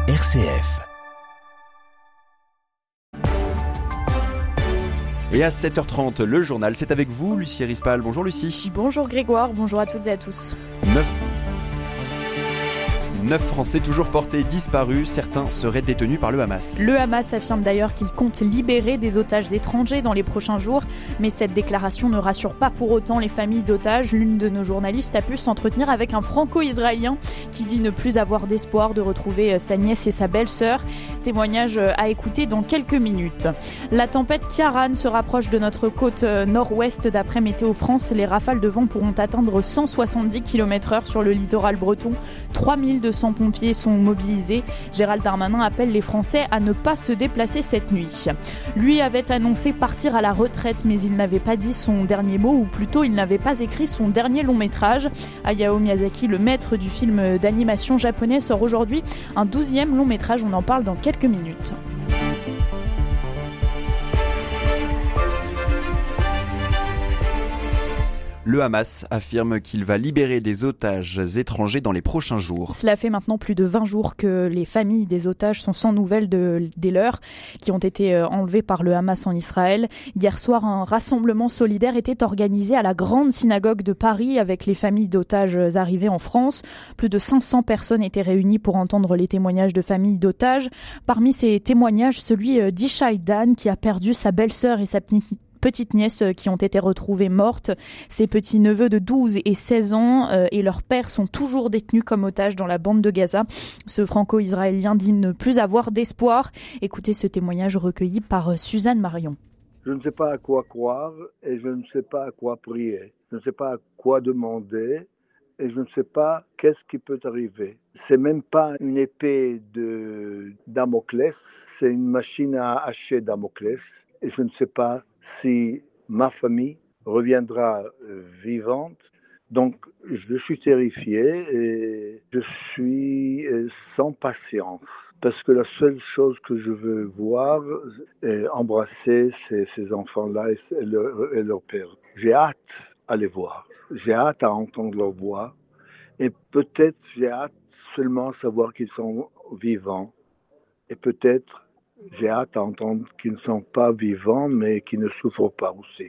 RCF. Et à 7h30, le journal, c'est avec vous, Lucie Rispal. Bonjour Lucie. Bonjour Grégoire, bonjour à toutes et à tous. 9 Français toujours portés disparus, certains seraient détenus par le Hamas. Le Hamas affirme d'ailleurs qu'il compte libérer des otages étrangers dans les prochains jours, mais cette déclaration ne rassure pas pour autant les familles d'otages. L'une de nos journalistes a pu s'entretenir avec un franco-israélien qui dit ne plus avoir d'espoir de retrouver sa nièce et sa belle-sœur. Témoignage à écouter dans quelques minutes. La tempête Ciarán se rapproche de notre côte nord-ouest d'après Météo France. Les rafales de vent pourront atteindre 170 km/h sur le littoral breton. 3200 pompiers sont mobilisés. Gérald Darmanin appelle les Français à ne pas se déplacer cette nuit. Lui avait annoncé partir à la retraite, mais il n'avait pas dit son dernier mot, ou plutôt il n'avait pas écrit son dernier long métrage. Hayao Miyazaki, le maître du film d'animation japonais, sort aujourd'hui un 12e long métrage. On en parle dans quelques minutes. Le Hamas affirme qu'il va libérer des otages étrangers dans les prochains jours. Cela fait maintenant plus de 20 jours que les familles des otages sont sans nouvelles des leurs qui ont été enlevés par le Hamas en Israël. Hier soir, un rassemblement solidaire était organisé à la grande synagogue de Paris avec les familles d'otages arrivées en France. Plus de 500 personnes étaient réunies pour entendre les témoignages de familles d'otages. Parmi ces témoignages, celui d'Ishai Dan qui a perdu sa belle-sœur et sa petite nièce qui ont été retrouvées mortes. Ses petits-neveux de 12 et 16 ans et leur père sont toujours détenus comme otages dans la bande de Gaza. Ce franco-israélien dit ne plus avoir d'espoir. Écoutez ce témoignage recueilli par Suzanne Marion. Je ne sais pas à quoi croire et je ne sais pas à quoi prier. Je ne sais pas à quoi demander et je ne sais pas qu'est-ce qui peut arriver. C'est même pas une épée de Damoclès, c'est une machine à hacher Damoclès et je ne sais pas si ma famille reviendra vivante. Donc, je suis terrifié et je suis sans patience. Parce que la seule chose que je veux voir est embrasser ces enfants-là et leur père. J'ai hâte à les voir. J'ai hâte à entendre leur voix. Et peut-être j'ai hâte seulement à savoir qu'ils sont vivants. Et peut-être j'ai hâte à entendre qu'ils ne sont pas vivants, mais qu'ils ne souffrent pas aussi.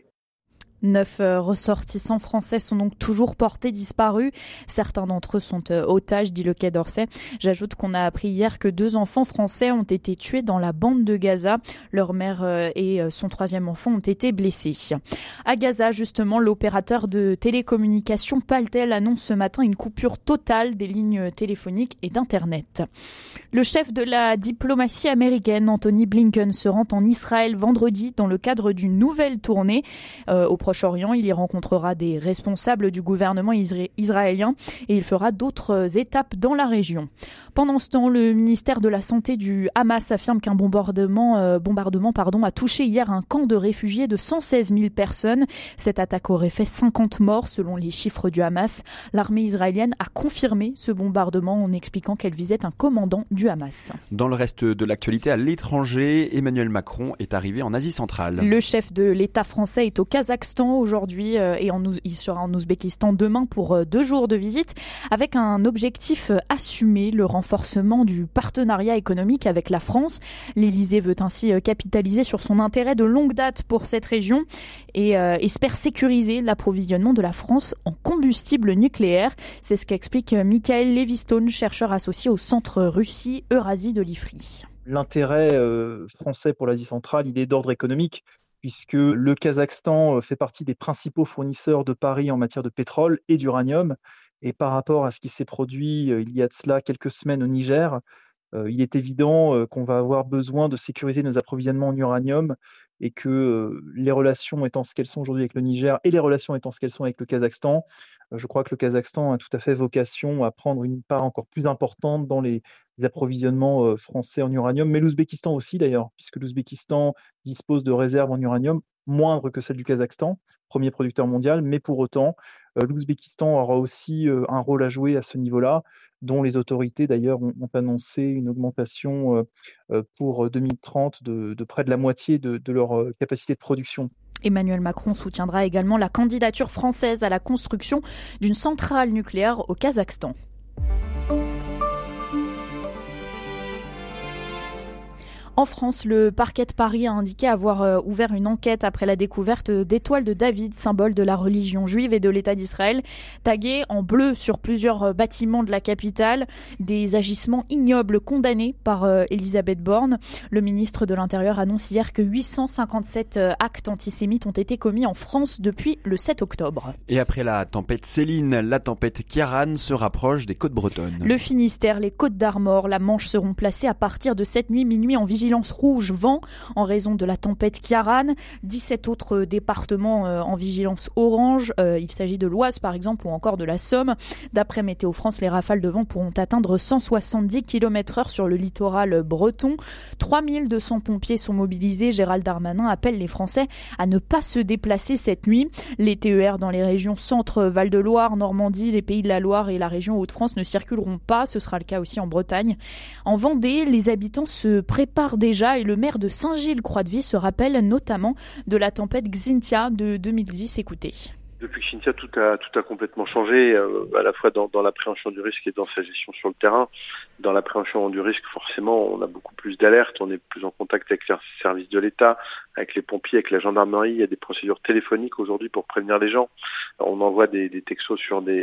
9 ressortissants français sont donc toujours portés disparus. Certains d'entre eux sont otages, dit le Quai d'Orsay. J'ajoute qu'on a appris hier que 2 enfants français ont été tués dans la bande de Gaza. Leur mère et son 3e enfant ont été blessés. À Gaza, justement, l'opérateur de télécommunications Paltel annonce ce matin une coupure totale des lignes téléphoniques et d'Internet. Le chef de la diplomatie américaine, Anthony Blinken, se rend en Israël vendredi dans le cadre d'une nouvelle tournée au Proche-Orient. Il y rencontrera des responsables du gouvernement israélien et il fera d'autres étapes dans la région. Pendant ce temps, le ministère de la Santé du Hamas affirme qu'un bombardement a touché hier un camp de réfugiés de 116 000 personnes. Cette attaque aurait fait 50 morts selon les chiffres du Hamas. L'armée israélienne a confirmé ce bombardement en expliquant qu'elle visait un commandant du Hamas. Dans le reste de l'actualité à l'étranger, Emmanuel Macron est arrivé en Asie centrale. Le chef de l'État français est au Kazakhstan aujourd'hui et il sera en Ouzbékistan demain pour 2 jours de visite avec un objectif assumé, le renforcement du partenariat économique avec la France. L'Élysée veut ainsi capitaliser sur son intérêt de longue date pour cette région et espère sécuriser l'approvisionnement de la France en combustible nucléaire. C'est ce qu'explique Michael Levystone, chercheur associé au Centre Russie-Eurasie de l'IFRI. L'intérêt français pour l'Asie centrale, il est d'ordre économique, puisque le Kazakhstan fait partie des principaux fournisseurs de Paris en matière de pétrole et d'uranium. Et par rapport à ce qui s'est produit il y a de cela quelques semaines au Niger, il est évident qu'on va avoir besoin de sécuriser nos approvisionnements en uranium et que les relations étant ce qu'elles sont aujourd'hui avec le Niger et les relations étant ce qu'elles sont avec le Kazakhstan, je crois que le Kazakhstan a tout à fait vocation à prendre une part encore plus importante dans les approvisionnements français en uranium, mais l'Ouzbékistan aussi d'ailleurs, puisque l'Ouzbékistan dispose de réserves en uranium moindres que celles du Kazakhstan, premier producteur mondial, mais pour autant, l'Ouzbékistan aura aussi un rôle à jouer à ce niveau-là, dont les autorités d'ailleurs ont annoncé une augmentation pour 2030 de près de la moitié de leur capacité de production. Emmanuel Macron soutiendra également la candidature française à la construction d'une centrale nucléaire au Kazakhstan. En France, le parquet de Paris a indiqué avoir ouvert une enquête après la découverte d'étoiles de David, symbole de la religion juive et de l'État d'Israël, taguées en bleu sur plusieurs bâtiments de la capitale. Des agissements ignobles condamnés par Elisabeth Borne. Le ministre de l'Intérieur annonce hier que 857 actes antisémites ont été commis en France depuis le 7 octobre. Et après la tempête Céline, la tempête Ciarán se rapproche des côtes bretonnes. Le Finistère, les Côtes d'Armor, la Manche seront placées à partir de cette nuit minuit en vigilance rouge vent en raison de la tempête Ciarán. 17 autres départements en vigilance orange. Il s'agit de l'Oise par exemple ou encore de la Somme. D'après Météo France, les rafales de vent pourront atteindre 170 km/h sur le littoral breton. 3200 pompiers sont mobilisés. Gérald Darmanin appelle les Français à ne pas se déplacer cette nuit. Les TER dans les régions Centre, Val-de-Loire, Normandie, les Pays de la Loire et la région Hauts-de-France ne circuleront pas. Ce sera le cas aussi en Bretagne. En Vendée, les habitants se préparent déjà et le maire de Saint-Gilles-Croix-de-Vie se rappelle notamment de la tempête Xynthia de 2010. Écoutez. Depuis que Xynthia, tout a complètement changé, à la fois dans l'appréhension du risque et dans sa gestion sur le terrain. Dans l'appréhension du risque, forcément, on a beaucoup plus d'alertes, on est plus en contact avec les services de l'État, avec les pompiers, avec la gendarmerie. Il y a des procédures téléphoniques aujourd'hui pour prévenir les gens. On envoie des textos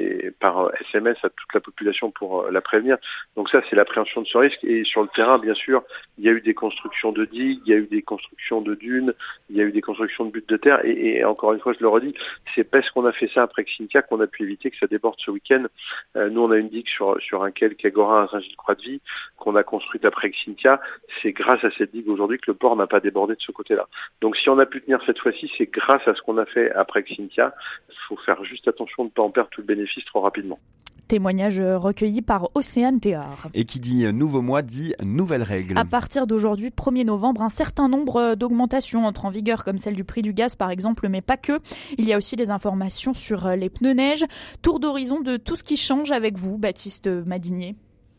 par SMS à toute la population pour la prévenir. Donc ça, c'est l'appréhension de ce risque. Et sur le terrain, bien sûr, il y a eu des constructions de digues, il y a eu des constructions de dunes, il y a eu des constructions de buttes de terre. Et encore une fois, je le redis, c'est parce qu'on a fait ça après Xynthia qu'on a pu éviter que ça déborde ce week-end. Nous, on a une digue sur un quai, Agora à Saint-Gilles-Croix-de-Vie, qu'on a construite après Xynthia. C'est grâce à cette digue aujourd'hui que le port n'a pas débordé de ce côté-là. Donc si on a pu tenir cette fois-ci, c'est grâce à ce qu'on a fait après Xynthia. Il faut faire juste attention de ne pas en perdre tout le bénéfice trop rapidement. Témoignage recueilli par Océane Théard. Et qui dit nouveau mois dit nouvelles règles. À partir d'aujourd'hui, 1er novembre, un certain nombre d'augmentations entrent en vigueur, comme celle du prix du gaz par exemple, mais pas que. Il y a aussi des informations sur les pneus neige. Tour d'horizon de tout ce qui change avec vous, Baptiste Madinier.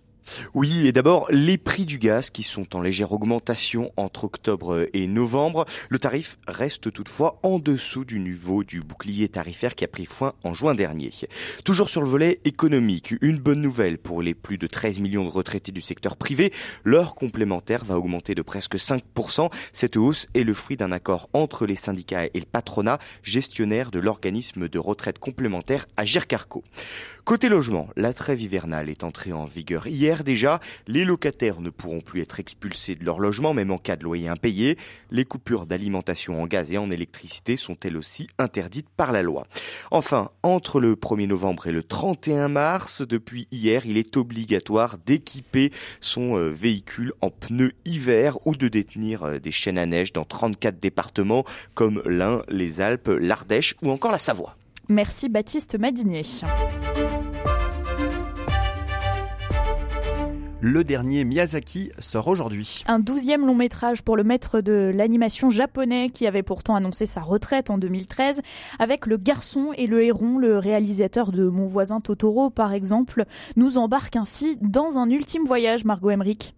Oui, et d'abord, les prix du gaz qui sont en légère augmentation entre octobre et novembre. Le tarif reste toutefois en dessous du niveau du bouclier tarifaire qui a pris fin en juin dernier. Toujours sur le volet économique, une bonne nouvelle pour les plus de 13 millions de retraités du secteur privé. Leur complémentaire va augmenter de presque 5%. Cette hausse est le fruit d'un accord entre les syndicats et le patronat, gestionnaire de l'organisme de retraite complémentaire Agirc-Arrco. Côté logement, la trêve hivernale est entrée en vigueur hier déjà. Les locataires ne pourront plus être expulsés de leur logement, même en cas de loyer impayé. Les coupures d'alimentation en gaz et en électricité sont elles aussi interdites par la loi. Enfin, entre le 1er novembre et le 31 mars, depuis hier, il est obligatoire d'équiper son véhicule en pneus hiver ou de détenir des chaînes à neige dans 34 départements comme l'Ain, les Alpes, l'Ardèche ou encore la Savoie. Merci Baptiste Madinier. Le dernier Miyazaki sort aujourd'hui. Un 12e long métrage pour le maître de l'animation japonais qui avait pourtant annoncé sa retraite en 2013. Avec Le Garçon et le Héron, le réalisateur de Mon voisin Totoro par exemple, nous embarque ainsi dans un ultime voyage, Margot Emmerich.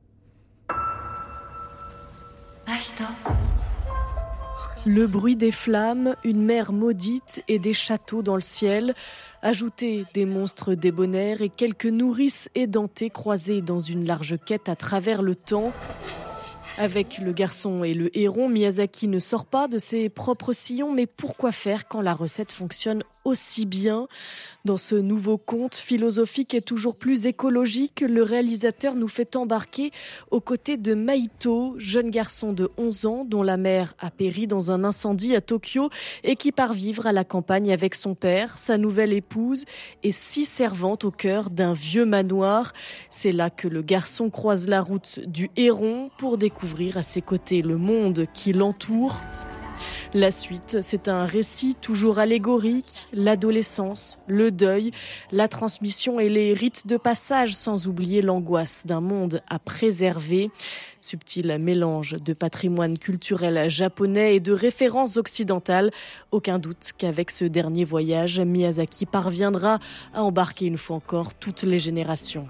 Le bruit des flammes, une mer maudite et des châteaux dans le ciel. Ajoutez des monstres débonnaires et quelques nourrices édentées croisées dans une large quête à travers le temps. Avec Le Garçon et le Héron, Miyazaki ne sort pas de ses propres sillons, mais pourquoi faire quand la recette fonctionne aussi bien? Dans ce nouveau conte philosophique et toujours plus écologique, le réalisateur nous fait embarquer aux côtés de Maito, jeune garçon de 11 ans dont la mère a péri dans un incendie à Tokyo et qui part vivre à la campagne avec son père, sa nouvelle épouse et 6 servantes au cœur d'un vieux manoir. C'est là que le garçon croise la route du Héron pour découvrir à ses côtés le monde qui l'entoure. La suite, c'est un récit toujours allégorique, l'adolescence, le deuil, la transmission et les rites de passage, sans oublier l'angoisse d'un monde à préserver. Subtil mélange de patrimoine culturel japonais et de références occidentales. Aucun doute qu'avec ce dernier voyage, Miyazaki parviendra à embarquer une fois encore toutes les générations.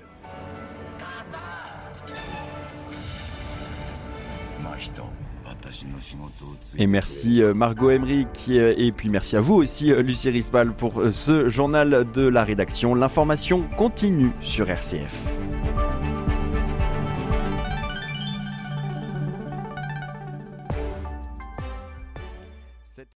Et merci Margot Emmerich et puis merci à vous aussi Lucie Rispal pour ce journal de la rédaction. L'information continue sur RCF.